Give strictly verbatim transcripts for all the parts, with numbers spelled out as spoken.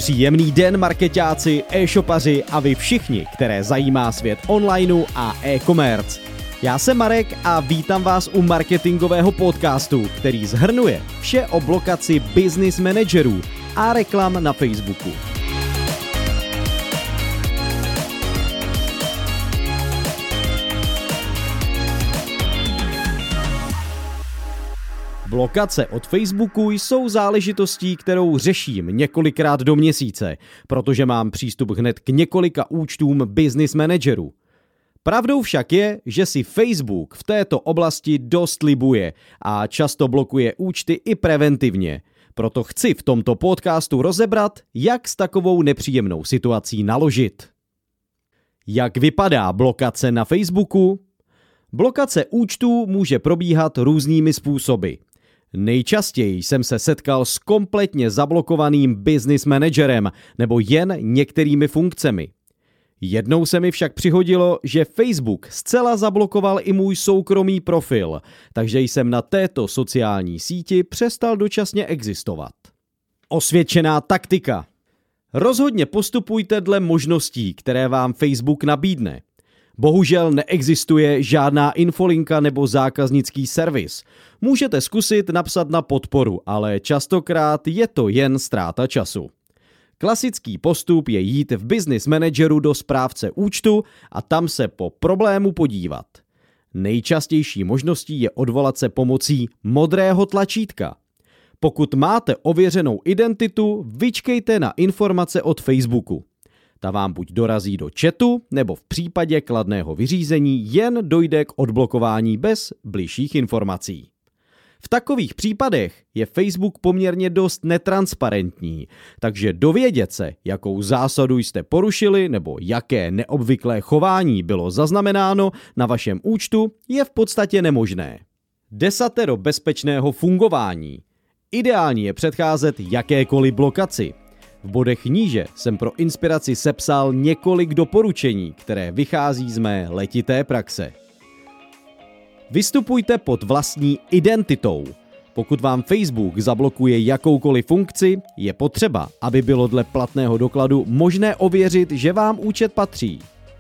Příjemný den, markeťáci, e-shopaři a vy všichni, které zajímá svět onlineu a e-commerce. Já jsem Marek a vítám vás u marketingového podcastu, který shrnuje vše o blokaci business managerů a reklam na Facebooku. Blokace od Facebooku jsou záležitostí, kterou řeším několikrát do měsíce, protože mám přístup hned k několika účtům business managerů. Pravdou však je, že si Facebook v této oblasti dost libuje a často blokuje účty i preventivně. Proto chci v tomto podcastu rozebrat, jak s takovou nepříjemnou situací naložit. Jak vypadá blokace na Facebooku? Blokace účtů může probíhat různými způsoby. Nejčastěji jsem se setkal s kompletně zablokovaným business managerem nebo jen některými funkcemi. Jednou se mi však přihodilo, že Facebook zcela zablokoval i můj soukromý profil, takže jsem na této sociální síti přestal dočasně existovat. Osvědčená taktika. Rozhodně postupujte dle možností, které vám Facebook nabídne. Bohužel neexistuje žádná infolinka nebo zákaznický servis. Můžete zkusit napsat na podporu, ale častokrát je to jen ztráta času. Klasický postup je jít v business manageru do správce účtu a tam se po problému podívat. Nejčastější možností je odvolat se pomocí modrého tlačítka. Pokud máte ověřenou identitu, vyčkejte na informace od Facebooku. Ta vám buď dorazí do chatu, nebo v případě kladného vyřízení jen dojde k odblokování bez bližších informací. V takových případech je Facebook poměrně dost netransparentní, takže dovědět se, jakou zásadu jste porušili nebo jaké neobvyklé chování bylo zaznamenáno na vašem účtu, je v podstatě nemožné. Desatero bezpečného fungování. Ideální je předcházet jakékoliv blokaci. V bodech níže jsem pro inspiraci sepsal několik doporučení, které vychází z mé letité praxe. Vystupujte pod vlastní identitou. Pokud vám Facebook zablokuje jakoukoliv funkci, je potřeba, aby bylo dle platného dokladu možné ověřit, že vám účet patří.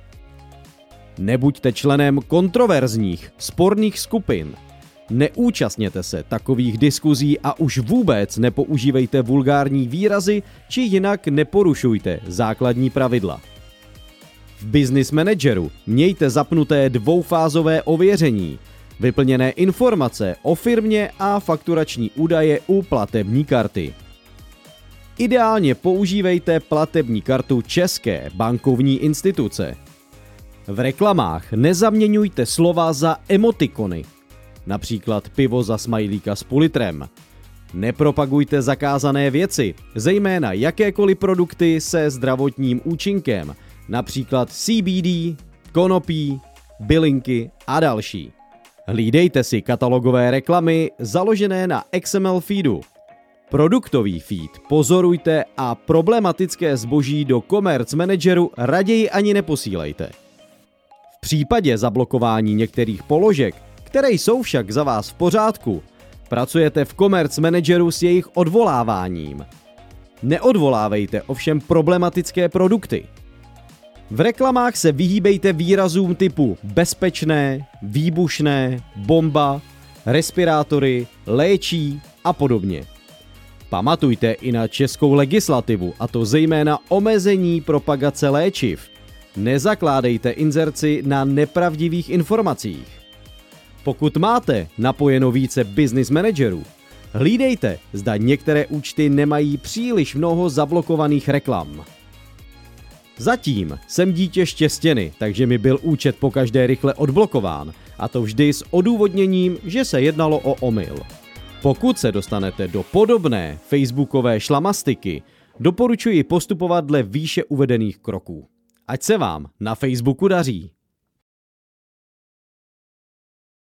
Nebuďte členem kontroverzních, sporných skupin. Neúčastněte se takových diskuzí a už vůbec nepoužívejte vulgární výrazy či jinak neporušujte základní pravidla. V Business Manageru mějte zapnuté dvoufázové ověření, vyplněné informace o firmě a fakturační údaje u platební karty. Ideálně používejte platební kartu české bankovní instituce. V reklamách nezaměňujte slova za emotikony. Například pivo za smajlíka s půl litrem. Nepropagujte zakázané věci, zejména jakékoliv produkty se zdravotním účinkem, například C B D, konopí, bylinky a další. Hlídejte si katalogové reklamy založené na X M L feedu. Produktový feed pozorujte a problematické zboží do Commerce Manageru raději ani neposílejte. V případě zablokování některých položek, které jsou však za vás v pořádku, pracujete v Commerce Manageru s jejich odvoláváním. Neodvolávejte ovšem problematické produkty. V reklamách se vyhýbejte výrazům typu bezpečné, výbušné, bomba, respirátory, léčí a podobně. Pamatujte i na českou legislativu, a to zejména omezení propagace léčiv. Nezakládejte inzerci na nepravdivých informacích. Pokud máte napojeno více business managerů, hlídejte, zda některé účty nemají příliš mnoho zablokovaných reklam. Zatím jsem dítě štěstěny, takže mi byl účet pokaždé rychle odblokován, a to vždy s odůvodněním, že se jednalo o omyl. Pokud se dostanete do podobné facebookové šlamastiky, doporučuji postupovat dle výše uvedených kroků. Ať se vám na Facebooku daří!